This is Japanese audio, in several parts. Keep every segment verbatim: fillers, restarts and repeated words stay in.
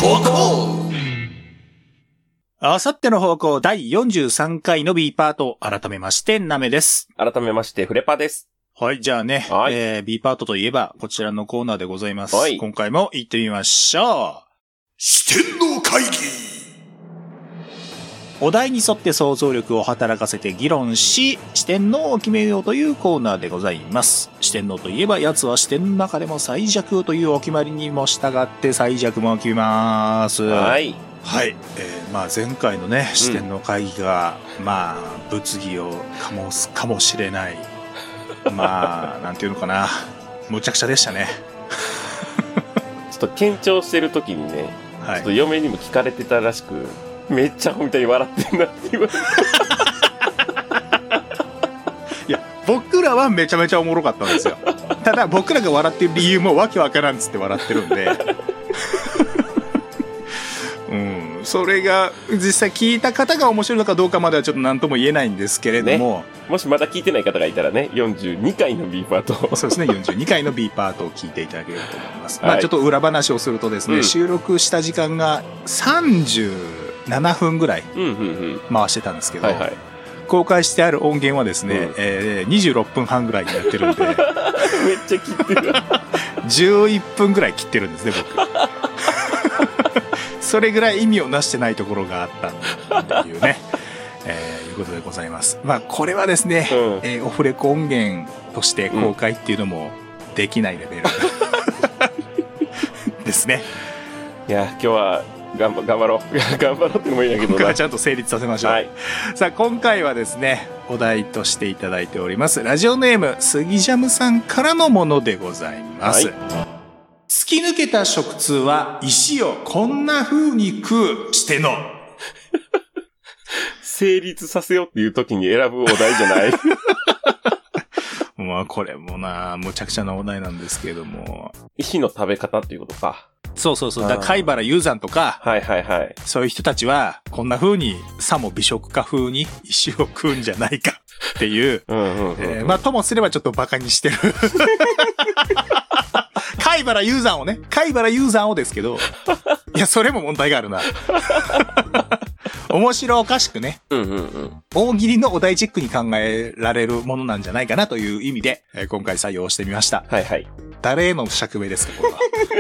方向。 あさっての方向だいよんじゅうさんかいの B パート、改めましてなめです。 改めましてフレパです。 はい、じゃあね、 はいえー、B パートといえばこちらのコーナーでございます。 はい、 今回も行ってみましょう。 四天王会議。 お題に沿って想像力を働かせて議論し、四天王を決めようというコーナーでございます。四天王といえば、奴は四天の中でも最弱というお決まりにも従って最弱も決めます。 はい。 はい。えー、まあ前回のね、四天王会議が、うん、まあ、物議を醸すかもしれない。まあ、なんていうのかな。むちゃくちゃでしたね。 ちょっと緊張してる時にね、はい、ちょっと嫁にも聞かれてたらしく、めっちゃアホみたいに笑ってんなって言われて。 いや、僕らはめちゃめちゃおもろかったんですよ。ただ僕らが笑ってる理由もわけわからんっつって笑ってるんで。うん、それが実際聞いた方が面白いのかどうかまではちょっと何とも言えないんですけれども、 ね、もしまだ聞いてない方がいたらね、よんじゅうにかいの B パートそうですね、よんじゅうにかいの B パートを聞いていただければと思います、 はい、 まあちょっと裏話をするとですね、うん、収録した時間がさんじゅうななふんぐらい回してたんですけど、 うんうんうん、はいはい、 公開してある音源はですね、うんえー、にじゅうろっぷんはんぐらいになってるんでめっちゃ切ってるじゅういっぷんぐらい切ってるんですね僕それぐらい意味をなしてないところがあったっていうね、えー、いうことでございます。まあこれはですね、うんえー、オフレコ音源として公開っていうのもできないレベル、うん、ですね。 いや今日は頑張、頑張ろう頑張ろうってもいいんだけどな、 今回はちゃんと成立させましょう、はい、さあ今回はですねお題としていただいておりますラジオネームスギジャムさんからのものでございます、はい、突き抜けた食通は石をこんな風に食うしての成立させようっていう時に選ぶお題じゃないまあこれもなむちゃくちゃなお題なんですけれども、 石の食べ方っていうことか。 そうそうそう。だから貝原雄山とか、 はいはいはい。 そういう人たちはこんな風にさも美食家風に石を食うんじゃないかっていう、うんうんうんうんえー、まあともすればちょっとバカにしてる貝原雄山をね、貝原雄山をですけど、いやそれも問題があるな。面白おかしくね、うんうんうん、大喜利のお題チックに考えられるものなんじゃないかなという意味で、えー、今回採用してみました。 はいはい。 誰への釈明ですかこれは。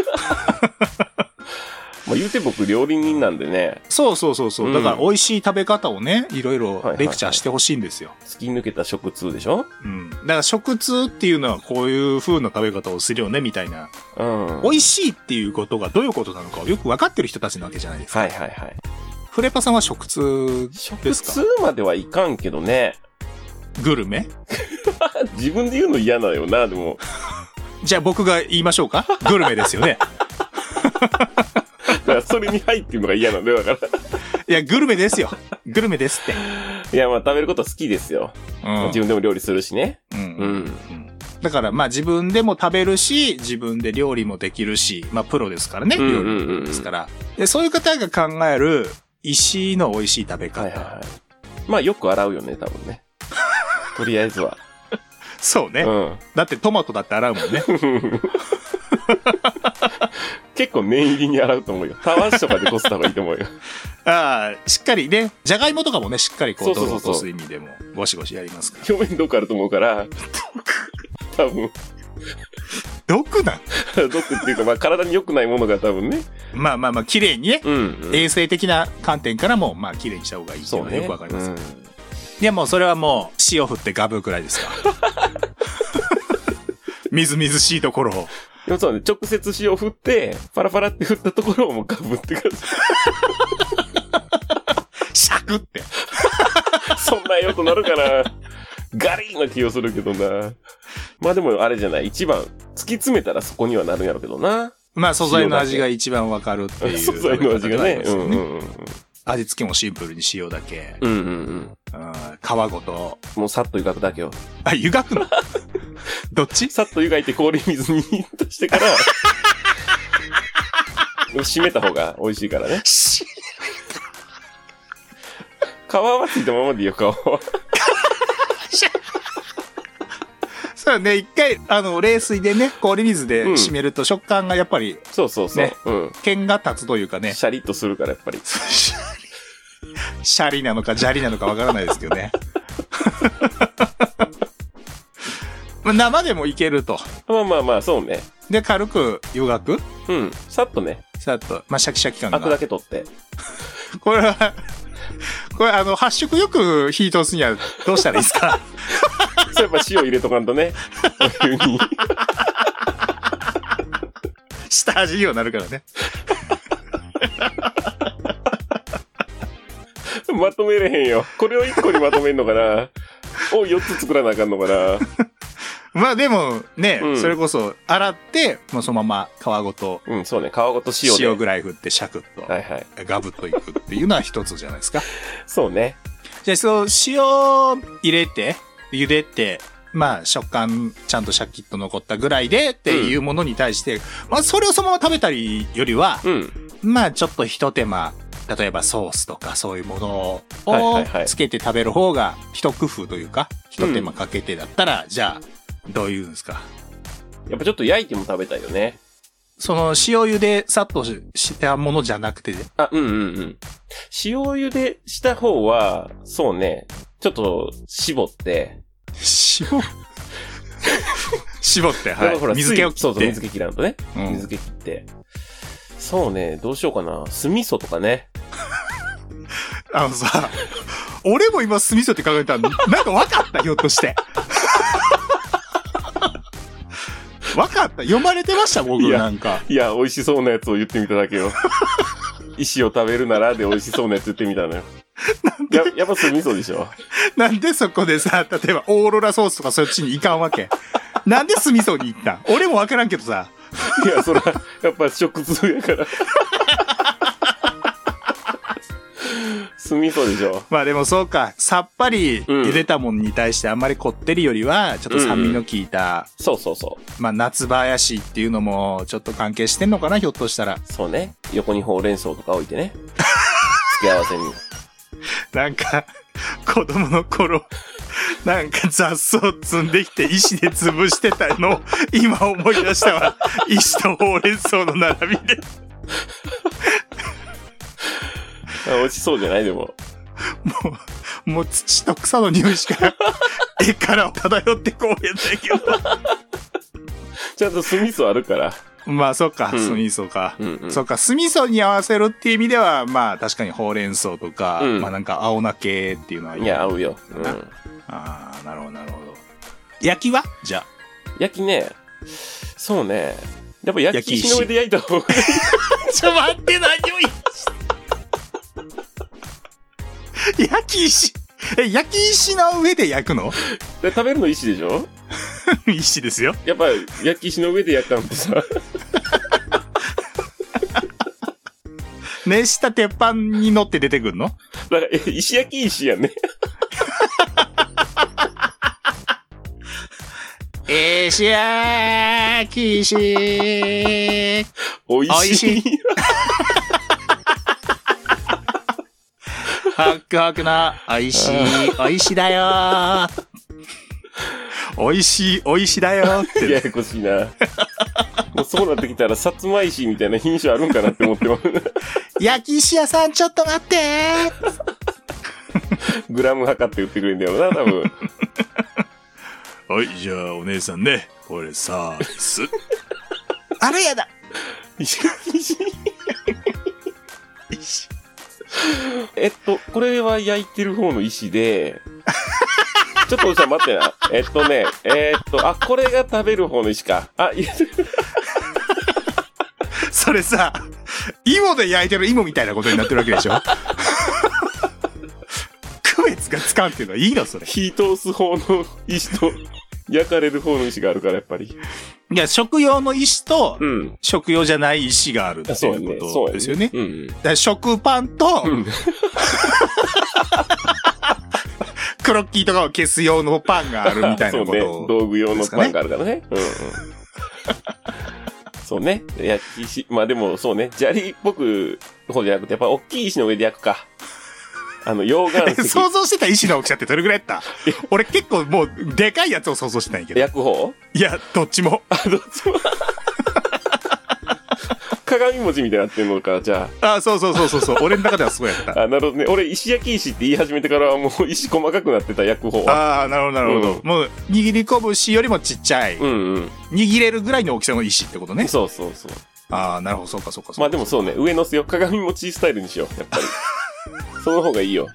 まあ言うて僕料理人なんでね。 そうそうそうそう、うん。だから美味しい食べ方をね、いろいろレクチャーしてほしいんですよ、はいはいはい。突き抜けた食通でしょ？ うん。だから食通っていうのはこういう風な食べ方をするよねみたいな。うん。美味しいっていうことがどういうことなのかをよく分かってる人たちなわけじゃないですか。 はいはいはい。 フレパさんは食通ですか？ 食通まではいかんけどね。 グルメ？ 自分で言うの嫌だよな、でも。 じゃあ僕が言いましょうか？グルメですよね。 だからそれに入ってるのが嫌なんだよ、だから。 いや、グルメですよ。グルメですって。 いや、まあ食べること好きですよ。うん、自分でも料理するしね。うん。うん。うん、 だからまあ自分でも食べるし、自分で料理もできるし、まあプロですからね。料理ですから。でそういう方が考える石の美味しい食べ方。はいはいはい。 まあよく洗うよね、多分ね。とりあえずは。 そうね、うん。だってトマトだって洗うもんね。 結構念入りに洗うと思うよ。たわしとかでこすった方がいいと思うよ。 ああ、しっかりね。じゃがいもとかもね、しっかりこう、ドロッとする意味でも、ゴシゴシやりますから。 表面毒あると思うから、多分。 毒なん毒っていうか、まあ体に良くないものが多分ね。 まあまあまあ、綺麗にね、うんうん。衛生的な観点からも、まあ綺麗にした方がいいっていうのはよくわかります。うん、いやもうそれはもう、塩振ってガブくらいですか。みずみずしいところを。 でもそうね、直接塩振って、パラパラって振ったところをもうガブってください。 シャクって。 そんなよくなるかな。ガリーンな気がするけどな。まあでもあれじゃない。一番突き詰めたらそこにはなるんやろうけどな。 まあ素材の味が一番わかるっていう。 素材の味がね。うんうんうん。 味付けもシンプルに塩だけ。 うんうんうん。 皮ごと。 もうさっと湯がくだけよ。 あ、湯がくのどっち？ さっと湯がいて氷水にとしてから、締めた方が美味しいからね。皮はついたままでいいよ、皮は。 そうね、一回、あの、冷水でね、氷水で締めると食感がやっぱり、 そうそうそう。 ねうん。 剣が立つというかね。 シャリッとするから、やっぱり。 シャリ、シャリなのか砂利なのかわからないですけどね。生でもいけると。 まあまあまあ、そうね。 で、軽く湯がく？ うん。さっとね。 さっと、まあ、シャキシャキ感が。 アクだけ取って。 これは、これあの、発色よく火通すにはどうしたらいいですか？ そうやっぱ塩入れとかんとね。お湯に。 下味にはなるからね。 まとめれへんよ。これを一個にまとめんのかな。をよっつ作らなあかんのかな。 まあでもね、 うん、 それこそ洗って、もうそのまま皮ごと。 うん、そうね。皮ごと塩で。 塩ぐらい振ってシャクッと。 はいはい。 ガブッといくっていうのは一つじゃないですか。 そうね。 じゃあ、そう、塩入れて、茹でて、まあ食感ちゃんとシャキッと残ったぐらいでっていうものに対して、うん、まあそれをそのまま食べたりよりは、うん、まあちょっと一手間、例えばソースとかそういうものをつけて食べる方が一工夫というか、一手間かけてだったら、うん、じゃあ、どういうんですか。 やっぱちょっと焼いても食べたいよね。 その塩茹でさっとしたものじゃなくて。 あ、うんうんうん。塩茹でした方は、そうね、ちょっと絞って。 塩絞って、はい。ほら水気を切って。 そうそう、水気切らんとね。うん、水気切って。そうね、どうしようかな。酢味噌とかね。 あのさ、俺も今酢味噌って考えたら、なんか分かった、ひょっとして。分かった、読まれてました、僕なんか。 いや、美味しそうなやつを言ってみただけよ。石を食べるならで美味しそうなやつ言ってみたのよ。や、やっぱ酢味噌でしょ。 なんでそこでさ、例えばオーロラソースとかそっちに行かんわけ？なんで酢味噌に行ったん？俺も分からんけどさ。 いや、そら、やっぱ食通やから。酢味噌でしょ。 まあでもそうか、さっぱり茹でたものに対してあんまりこってりよりは、ちょっと酸味の効いた、 うんうん。そうそうそう。 まあ夏場やしっていうのもちょっと関係してんのかな、ひょっとしたら。 そうね。横にほうれん草とか置いてね。付け合わせに。 なんか、子供の頃、なんか雑草積んできて石で潰してたのを今思い出したわ。石とほうれん草の並びで。 美味しそうじゃないでも。 もう、もう土と草の匂いしか、絵から漂ってこうやったけど。 ちゃんと酢味噌あるから。 まあ、そっか、うん、酢味噌か。うんうん、そっか、酢味噌に合わせるっていう意味では、まあ、確かにほうれん草とか、うん、まあなんか青菜系っていうのはいい。 いや、合うよ。うん、 ああ、なるほど、なるほど。焼きはじゃあ。 焼きね、そうね。やっぱ焼き石の上で焼いた方がいい。 ちょ、待って、何を言って焼き石え、焼き石の上で焼くの？ で食べるの石でしょ？ 石ですよ。 やっぱ焼き石の上で焼かんとさ。 熱した鉄板に乗って出てくるの？だから、え、石焼き石やね。 石焼き石。 おいしい。 ホクホクのおいしい、おいしいだよ。おいしい、おいしいだよって。 ややこしいな。もうそうなってきたら、薩摩石みたいな品種あるんかなって思ってます。 焼き石屋さんちょっと待ってグラム測って売ってくれるんだよな、多分。 はい、じゃあお姉さんね、これさ、す。あれやだ石石石えっと、これは焼いてる方の石で、ちょっとじゃあ待ってな。えっとね、えー、っと、あ、これが食べる方の石か。あ、いや、 それさ、芋で焼いてる芋みたいなことになってるわけでしょ？区別がつかんっていうのはいいのそれ。 火通す方の石と、焼かれる方の石があるからやっぱり。 いや、食用の石と、うん、食用じゃない石があるっていうことですよね。 そうやね。うんうん、 だから食パンと、うん、クロッキーとかを消す用のパンがあるみたいなこと、ね。 そうね。道具用のパンがあるからね。うんうん、そうね。焼き石。まあでもそうね。砂利っぽく方じゃなくて、やっぱ大きい石の上で焼くか。 あの、溶岩石。 想像してた石の大きさってどれぐらいやった俺結構もう、でかいやつを想像してたんやけど。 薬法いや、どっちも。 あ、どっちも。鏡餅みたいになってんのか、じゃあ。あ、そうそうそうそうそう。俺の中ではそうやった。 あ、なるほどね。俺、石焼き石って言い始めてからはもう石細かくなってた薬法は。 ああ、なるほどなるほど。うん、もう、握り拳よりもちっちゃい。 うんうん。 握れるぐらいの大きさの石ってことね。 そうそうそう。 ああ、なるほど、そうかそうかそうか。 まあでもそうね、上のせよ。鏡餅スタイルにしよう、やっぱり。その方がいいよ。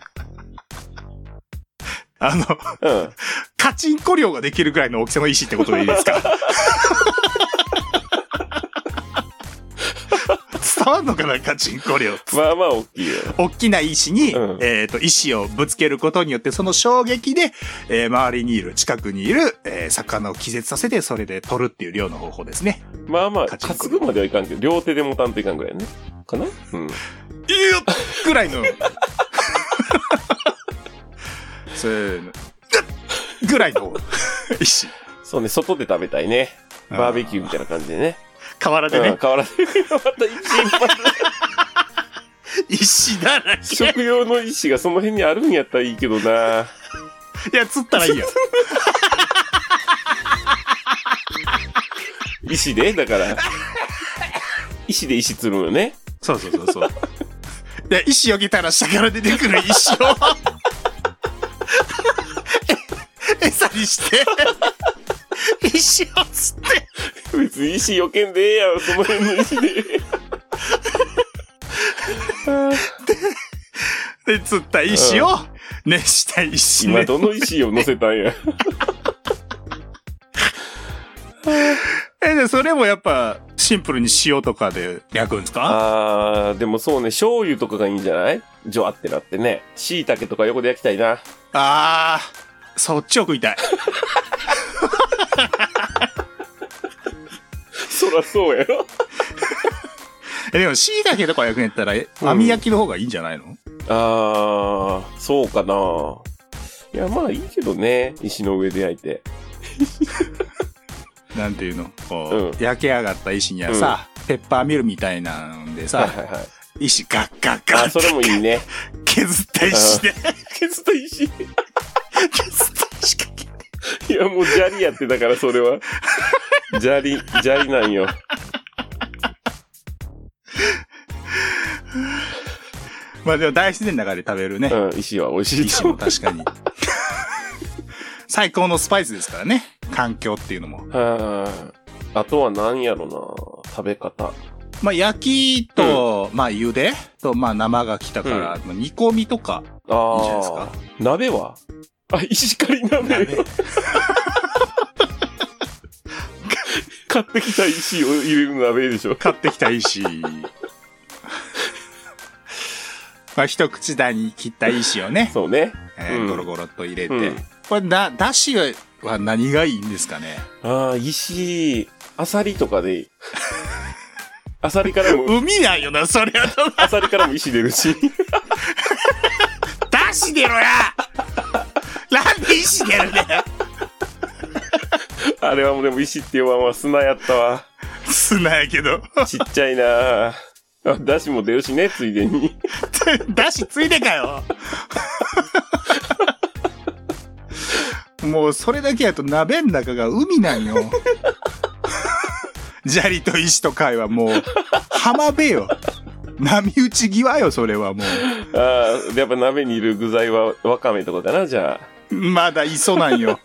あの、うん。カチンコ漁ができるぐらいの大きさの石ってことでいいですか？伝わんのかな、カチンコ漁。 まあまあ大きいよ。 大きな石に、うん、えっと、石をぶつけることによって、その衝撃で、えー、周りにいる、近くにいる、えー、魚を気絶させて、それで取るっていう漁の方法ですね。 まあまあ、担ぐまではいかんけど、両手で持たんといかんぐらいね。かな？うん。いいよぐらいの。せーの。ぐらいの石。 そうね、外で食べたいね。バーベキューみたいな感じでね。 河原でね。 うん、河原で。また石いっぱい。 石だらけ。 食用の石がその辺にあるんやったらいいけどな。 いや、釣ったらいいよ。 石でだから。石で石釣るのよね。 そうそうそうそう。で、石よけたら下から出てくる石を。餌にして、石を釣って。 別に石よけんでええやろ、その辺の石で。 で、で釣った石を、熱した石、ね。 今どの石を乗せたんや。 え、で、それもやっぱ、シンプルに塩とかで焼くんですか？ あー、でもそうね、醤油とかがいいんじゃない？ジョワってなってね。椎茸とか横で焼きたいな。 あー、そっちを食いたい。 そらそうやろ。 え、でも椎茸とか焼くんやったら、網焼きの方がいいんじゃないの？うん、 あー、そうかな。いや、まあいいけどね。石の上で焼いて。 なんていうのこう、 うん、 焼け上がった石にはさ、うん、ペッパーミルみたいなんでさ、 はいはいはい、 石ガッガッガッあ、それもいいね。 削った石で。 削った石削った石かけ。 いや、もう砂利やってだからそれは。砂利、砂利なんよ。 まあでも大自然の中で食べるね。 うん、石は美味しい。 石も確かに。最高のスパイスですからね。環境っていうのも。 はあ、あとは何やろな。食べ方。 まあ焼きと、うん、まあ茹でと、まあ生が来たから、うん、煮込みとか、いいんじゃないですか。 鍋はあ、石狩り鍋。鍋買ってきた石を入れる鍋でしょ。 買ってきた石。まあ一口大に切った石をね。 そうね。 えーうん、ゴロゴロっと入れて。うん、これだ、だしは何がいいんですかね？ ああ、石、アサリとかで。アサリからも。 海なんよな、それは。 アサリからも石出るし。 だし出ろやなんで石出るんだよ。 あれはもうでも石って言わんわ、砂やったわ。 砂やけど。 ちっちゃいなぁ。だしも出るしね、ついでに。 だしついでかよ。もうそれだけやと鍋の中が海なんよ。砂利と石と貝はもう浜辺よ。波打ち際よ、それはもう。 ああ、やっぱ鍋にいる具材はわかめとかかな、じゃあ。 まだ磯なんよ。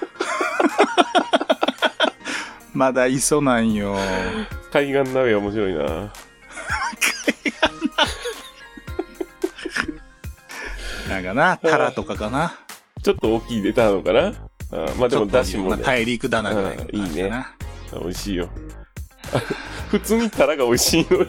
まだ磯なんよ。 海岸鍋は面白いな。 なんかな、タラとかかな。 ちょっと大きい出たのかな。あまあでもだしもね。 大陸だなぐらいかな。 いいね。美味しいよ。普通にタラが美味しいのよ。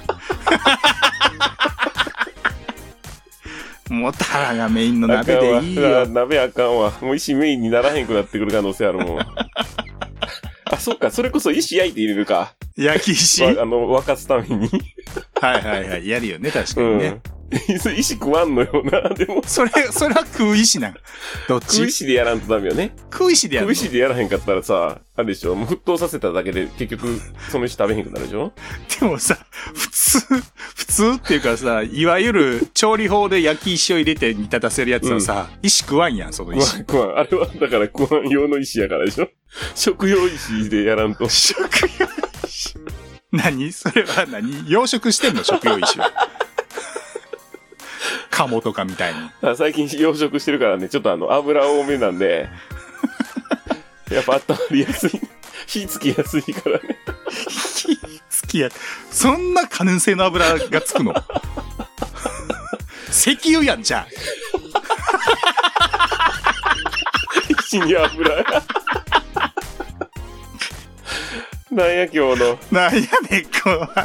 もうタラがメインの鍋でいいよ。 鍋あかんわ。もう石メインにならへんくなってくる可能性あるもん。あ、そっか。それこそ石焼いて入れるか。 焼き石あの、沸かすために。 はいはいはい。やるよね、確かにね。 石食わんのよな、でも。 それ、それは食う石なんどっち食う石でやらんとダメよね。 食う石でやるの食う石でやらへんかったらさ、あれでしょ、もう沸騰させただけで結局、その石食べへんくなるでしょ。 でもさ、普通、普通っていうかさ、いわゆる調理法で焼き石を入れて煮立たせるやつはさ、うん、石食わんやん、その石。 食わん、食わん。あれは、だから食わん用の石やからでしょ。食用石でやらんと。 食用石何それは何養殖してんの食用石は。カモとかみたいに。 最近養殖してるからね、ちょっとあの、油多めなんで、やっぱ温まりやすい。火つきやすいからね。 火つきや、そんな可燃性の油がつくの石油やんじゃん。 石に油や。なんや今日の。 なんやねん、怖い。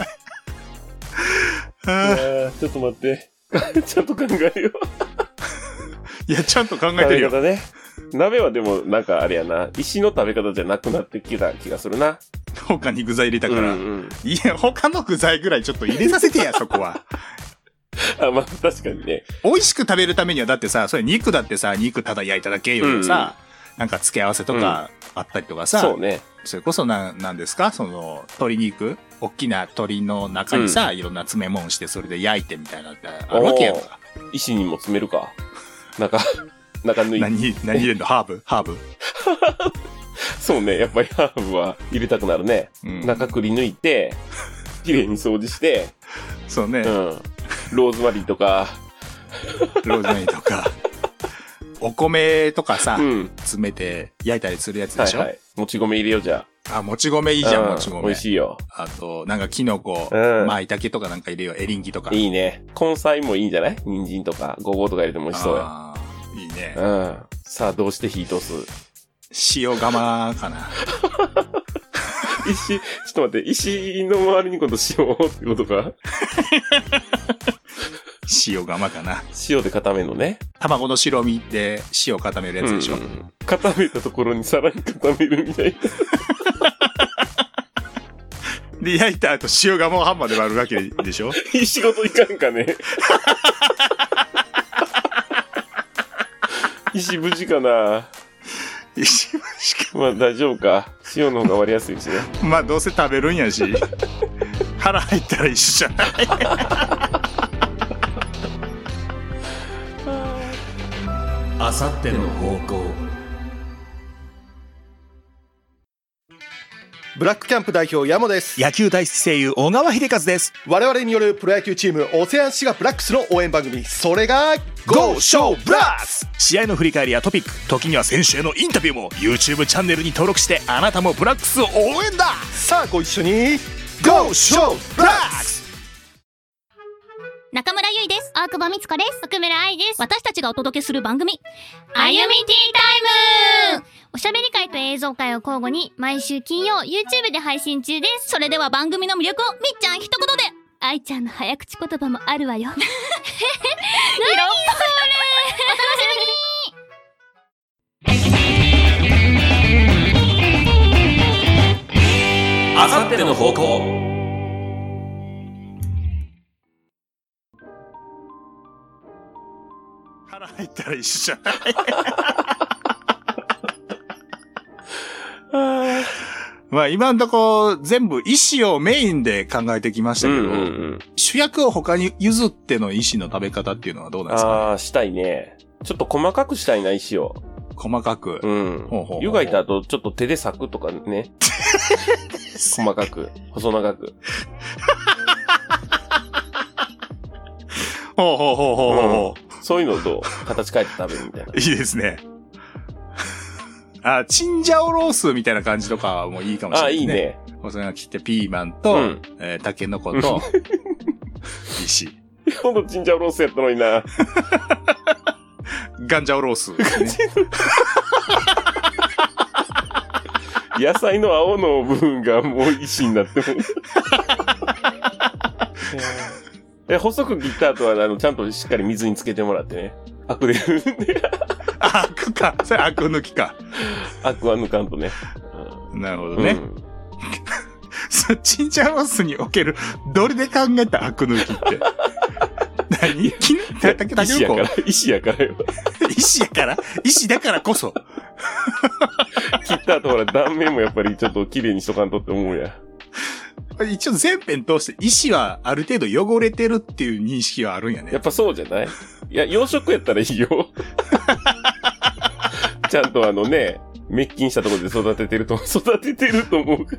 あちょっと待って。ちゃんと考えよう。 いや、ちゃんと考えてるよ。 食べ方ね。鍋はでもなんかあれやな。石の食べ方じゃなくなってきた気がするな。 他に具材入れたから。うんうん、いや、他の具材ぐらいちょっと入れさせてや、そこは。 あ、まあ確かにね。 美味しく食べるためにはだってさ、それ肉だってさ、肉ただ焼いただけよりさ、うんうん、なんか付け合わせとかあったりとかさ。 うん、そうね。 それこそな、なんですかその、鶏肉大きな鶏の中にさ、うん、いろんな詰め物して、それで焼いてみたいなってあるわけやんか。 石にも詰めるか。中、中抜いて。 何、何入れんのハーブハーブそうね。やっぱりハーブは入れたくなるね。うん、中くり抜いて、綺麗に掃除して。 そうね。 うん。ローズマリーとか。 ローズマリーとか。お米とかさ、うん、詰めて焼いたりするやつでしょ、はいはい、 もち米入れようじゃあ。もち米いいじゃん、もち米。 美味しいよ。 あと、なんかキノコ、うん、舞茸とかなんか入れよう、エリンギとか。 いいね。根菜もいいんじゃない人参とか、ごぼうとか入れても美味しそうや。 ああ、いいね。 うん。さあ、どうして火通す？ 塩釜かな。 石、ちょっと待って、石の周りに今度塩ってことか塩釜かな。 塩で固めるのね。 卵の白身で塩固めるやつでしょ。うんうん、 固めたところにさらに固めるみたいな。 で、焼いた後塩釜をハンマーで割るわけでしょ。 いい仕事いかんかね。石無事かな。 石無事か。 まあ大丈夫か。塩の方が割りやすいしね。 まあどうせ食べるんやし。腹入ったら一緒じゃない。あさっての方向。 ブラックキャンプ代表山です。 野球大好き声優小川秀和です。 我々によるプロ野球チームオセアンシガブラックスの応援番組、それが Go Show ブラックス。 試合の振り返りやトピック、時には選手へのインタビューも YouTube チャンネルに登録して、あなたもブラックスを応援だ。 さあご一緒に Go Show ブラックス。 中村ゆいです。大久保美津子です。奥村愛です。私たちがお届けする番組、あゆみティータイム。おしゃべり会と映像会を交互に毎週金曜 YouTube で配信中です。それでは番組の魅力をみっちゃん一言で。愛ちゃんの早口言葉もあるわよ。何それ。お楽しみに。 あさっての方向。 腹入ったら一緒じゃない。まあ今んとこ全部意思をメインで考えてきましたけど、うんうんうん、主役を他に譲っての意思の食べ方っていうのはどうなんですかね。 ああ、したいね。ちょっと細かくしたいな、意思を。 細かく。 うん。ほうほうほう。湯がいた後ちょっと手で裂くとかね。細かく、細長く。 ほうほうほうほうほう。 うん、そういうのと形変えて食べるみたいな。 いいですね。あ、チンジャオロースみたいな感じとかもいいかもしれないですね。あ、いいね。細長く切ってピーマンと、うん、えー、タケノコと、石。 今度チンジャオロースやったのにな。 ガンジャオロースですね。 野菜の青の部分がもう石になっても。え、細く切った後は、あの、ちゃんとしっかり水につけてもらってね。アクで。 アクか。それアク抜きか。 アクは抜かんとね。 うん、なるほどね。うん、チンジャオロースにおける、どれで考えたアク抜きって。 何きた、たけ、たけのこ石やから、石やからよ。 石やから石だからこそ。 切った後ほら断面もやっぱりちょっと綺麗にしとかんとって思うや。 一応全編通して石はある程度汚れてるっていう認識はあるんやね。 やっぱそうじゃない？いや、養殖やったらいいよ。ちゃんとあのね、滅菌したところで育ててると、育ててると思うから。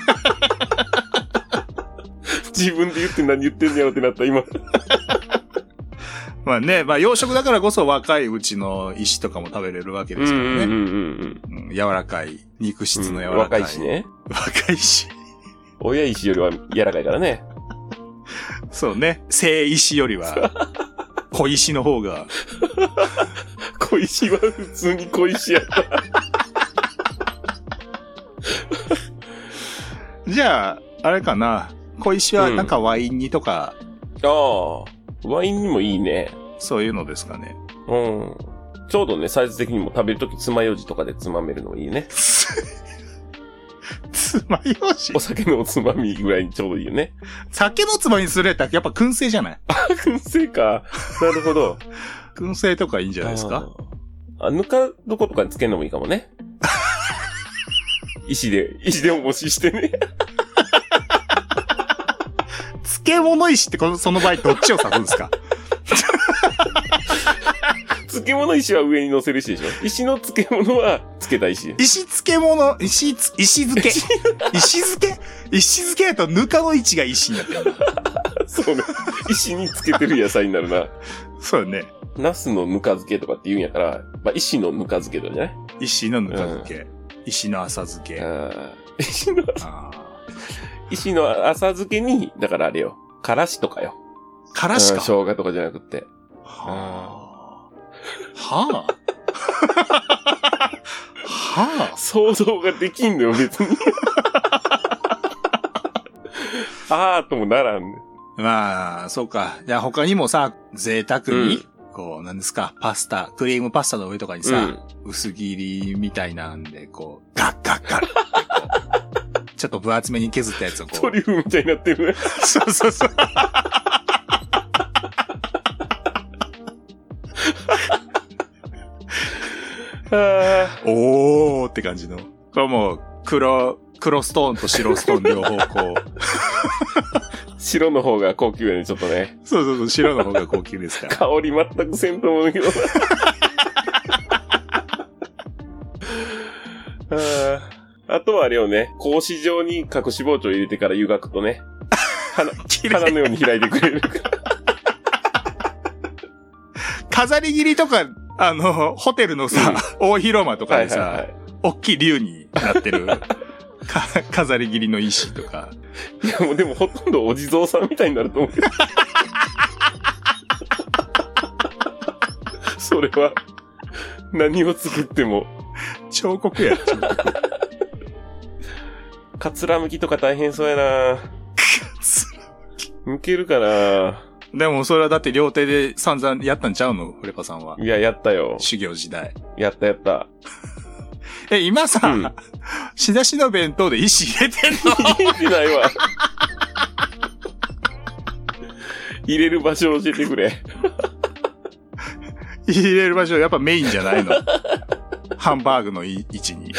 自分で言って何言ってんねやろってなった今。 まあね、まあ養殖だからこそ若いうちの石とかも食べれるわけですからね。 うんうんうんうんうん、柔らかい、肉質の柔らかい。うん、 若いしね。 若いし。 親石よりは柔らかいからね。 そうね。生石よりは、小石の方が。 小石は普通に小石やった。 じゃあ、あれかな。小石はなんかワイン煮とか、 うん、ああ、ワインにもいいね。 そういうのですかね。 うん。ちょうどね、サイズ的にも食べるとき爪楊枝とかでつまめるのもいいね。 つまようじお酒のおつまみぐらいにちょうどいいよね。 酒のつまみにするやったらやっぱ燻製じゃない？ あ、燻製か。なるほど。 燻製とかいいんじゃないですか？ あ、ぬか床とかにつけるのもいいかもね。石で、石でおもししてね。 漬物石ってこの、その場合どっちを指すんですか？ 漬物石は上に乗せる石でしょ。石の漬物は漬けた石。 石漬物、石つ、石漬け。石漬け石漬けだとぬかの位置が石になってる。 そうね。石に漬けてる野菜になるな。 そうね。 ナスのぬか漬けとかって言うんやから、まあ、石のぬか漬けとかじゃない？ 石のぬか漬け。うん、石の浅漬け。 あ石のあ石の浅漬けに、だからあれよ。からしとかよ。 からしか。 生姜とかじゃなくて。 はあ。はあ。はあ。 想像ができんのよ、別に。あーともならんね。 まあ、そうか。じゃあ他にもさ、贅沢に、うん、こう、なんですか、パスタ、クリームパスタの上とかにさ、うん、薄切りみたいなんで、こう、ガッガッガッ。ちょっと分厚めに削ったやつをこう。 トリュフみたいになってるね。 そうそうそう。おーって感じの。これもう、黒、黒ストーンと白ストーン両方こう。 白の方が高級やね、ちょっとね。 そうそうそう、白の方が高級ですから。 香り全くせんと思うんだけどな。あとはあれよね、格子状に隠し包丁入れてから湯がくとね、花、花のように開いてくれるから。 飾り切りとか、あの、ホテルのさ、うん、大広間とかでさ、はいはいはい、大きい竜になってる、か飾り切りの石とか。 いやもうでもほとんどお地蔵さんみたいになると思うけど。それは、何を作っても。 彫刻や、彫刻。 かつらむきとか大変そうやな。向けるかな。 でもそれはだって両手で散々やったんちゃうのフレパさんは。 いや、やったよ。 修行時代。 やったやった。 え、今さ、うん、仕出しの弁当で石入れてんの？ 入れてないわ。入れる場所教えてくれ。 入れる場所やっぱメインじゃないの？ハンバーグの位置に。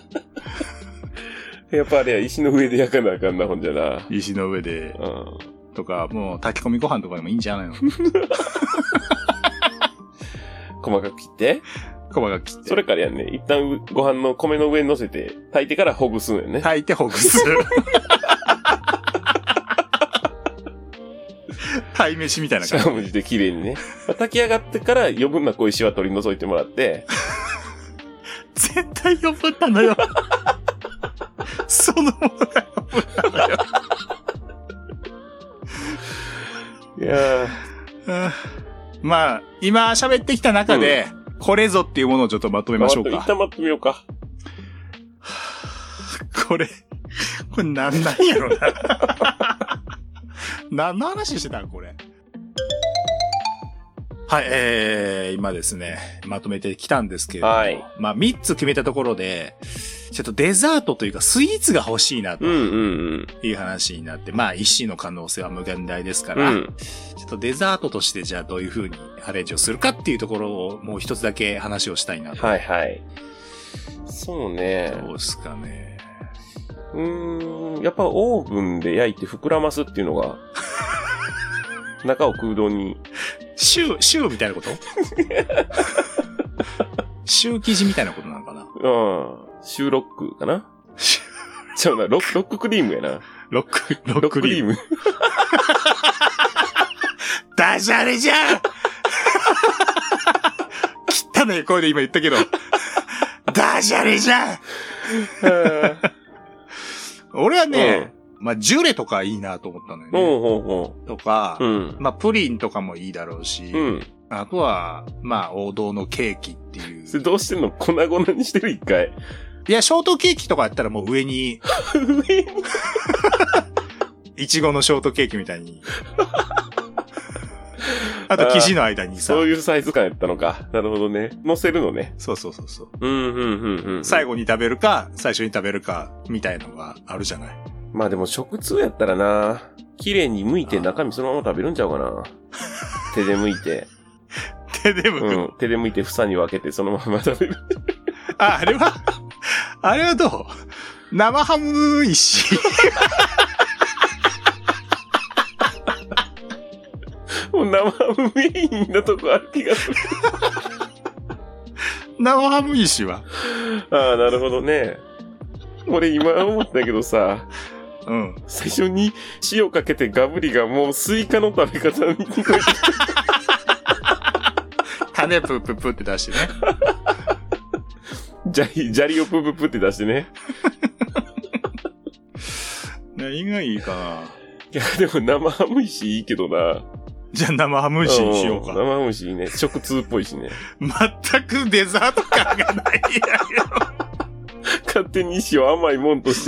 やっぱあれは石の上で焼かなあかんな、ほんじゃな。 石の上で。うん。とか、もう炊き込みご飯とかでもいいんじゃないの？ 細かく切って細かく切って。 それからやんね。一旦ご飯の米の上に乗せて、炊いてからほぐすのよね。 炊いてほぐす。鯛飯みたいな感じ。 しゃもじで綺麗にね。炊き上がってから余分な小石は取り除いてもらって。 絶対余分なのよ。そのものが余分なのよ。 いやー。まあ、今喋ってきた中で、うん、これぞっていうものをちょっとまとめましょうか。 一旦まとめようか。 これ、これなんなんやろな。何の話してたんこれ。はい、えー、今ですね、まとめてきたんですけれども、はい、まあみっつ決めたところで、 ちょっとデザートというかスイーツが欲しいなとうんうんうん。 いう話になって、まあ石の可能性は無限大ですから、 うん。 ちょっとデザートとしてじゃあどういう風にアレンジをするかっていうところをもう一つだけ話をしたいなと。 はいはい。そうね。 どうですかね。 うーん、やっぱオーブンで焼いて膨らますっていうのが、中を空洞に。 シュー、シューみたいなことシュー生地みたいなことなのかな。 うん。シューロックかな。ちゃうな、ロック、ロッククリームやな。 ロック、ロロッククリーム。 ッククリーム。 ダジャレじゃん汚ねえ声で今言ったけど。ダジャレじゃん俺はね、まあ、ジュレとかいいなと思ったのよね。 ほうほうほとか、 う。うん。 まあ、プリンとかもいいだろうし、 うん。 あとは、まあ、王道のケーキっていう。 それどうしてんの？粉々にしてる一回。 いや、ショートケーキとかやったらもう上に、 上にいちごのショートケーキみたいに。あと、生地の間にさ。 そういうサイズ感やったのか。なるほどね。乗せるのね。 そうそうそうそう。 うん、うん、うん、うん。 最後に食べるか、最初に食べるか、みたいのがあるじゃない。 まあでも食通やったらな、綺麗に剥いて中身そのまま食べるんちゃうかな。手で剥いて。 手でも、 うん。手で剥いて房に分けてそのまま食べる。 あ、あれは、あれはどう？生ハム石。 もう生ハムメインなとこある気がする。 生ハム石はああ、なるほどね。俺今思ったけどさ、 うん。 最初に塩かけてガブリがもうスイカの食べ方に聞こえてきた。 種プープープーって出してね。 砂利、砂利をプププって出してね。 何がいいかな。 いや、でも生ハム石いいけどな。 じゃあ生ハム石にしようか。 ん生ハム石いいね。食通っぽいしね。 全くデザート感がないや勝手に石を甘いもんとして。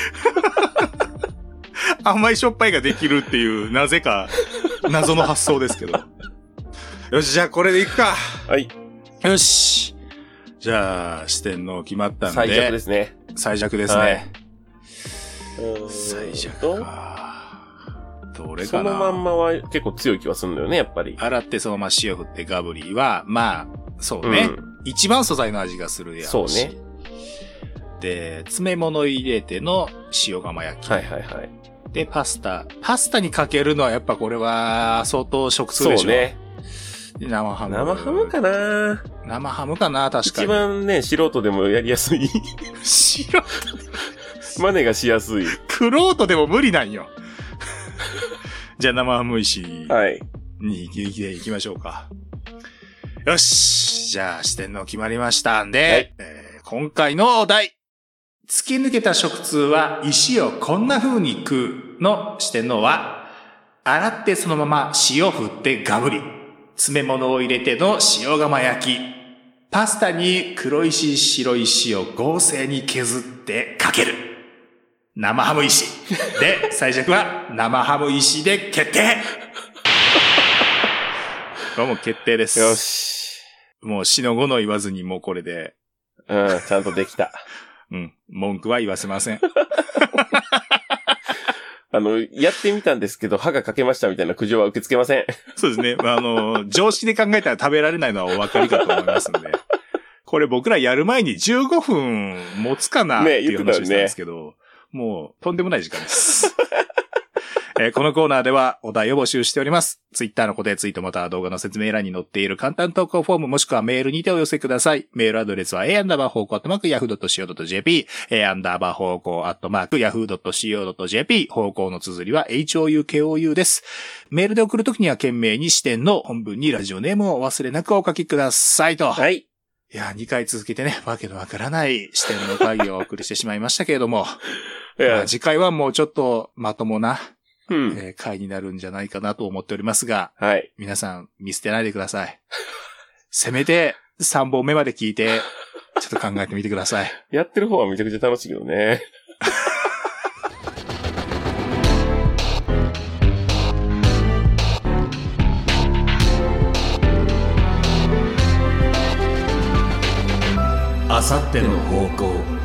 甘いしょっぱいができるっていう、なぜか、謎の発想ですけど。よし、じゃあこれでいくか。 はい。 よし。じゃあ、四天王決まったんで。 最弱ですね。 最弱ですね。 はい、 最弱か。どれかな。 そのまんまは結構強い気はするんだよね、やっぱり。 洗ってそのまま塩振ってガブリは、まあ、そうね。うん、一番素材の味がするやん。 そうね。 で、詰め物入れての塩釜焼き。 はいはいはい。 で、パスタ。パスタにかけるのはやっぱこれは相当食通でしょ。 そうね。 で生ハム。 生ハムかな生ハムかな確かに。 一番ね、素人でもやりやすい。 素人真似がしやすい。 クロートでも無理なんよ。じゃあ生ハム石に行きましょうか。よし。じゃあ四天王決まりましたんで、はいえー、今回のお題。突き抜けた食通は石をこんな風に食うの四天王は、洗ってそのまま塩振ってガブリ。詰め物を入れての塩釜焼き。パスタに黒石白石を合成に削ってかける。生ハム石。で、最弱は生ハム石で決定これもう決定です。 よし。 もう死の後の言わずにもうこれで。 うん、ちゃんとできた。 うん、文句は言わせません。 あの、やってみたんですけど、歯が欠けましたみたいな苦情は受け付けません。 そうですね。あの、常識で考えたら食べられないのはお分かりかと思いますんで。これ僕らやる前にじゅうごふん持つかなっていう話をしたんですけど、ね、もうとんでもない時間です。えー、このコーナーではお題を募集しております。ツイッターの固定ツイートまたは動画の説明欄に載っている簡単投稿フォームもしくはメールにてお寄せください。メールアドレスは a アンダーバー方向アットマーク ヤフードットシーオードットジェーピー a アンダーバー方向アットマーク ヤフードットシーオードットジェーピー 方向の綴りは エイチオーユーケーオーユー です。メールで送るときには懸命に視点の本文にラジオネームをお忘れなくお書きくださいと。 はい。 いや、にかい続けてね、わけのわからない視点の会議をお送りしてしまいましたけれども、まあ、次回はもうちょっとまともな、うんえー、回になるんじゃないかなと思っておりますが、 はい。 皆さん見捨てないでください。せめてさんぼんめまで聞いて、ちょっと考えてみてください。 やってる方はめちゃくちゃ楽しいけどね。 あさっての方向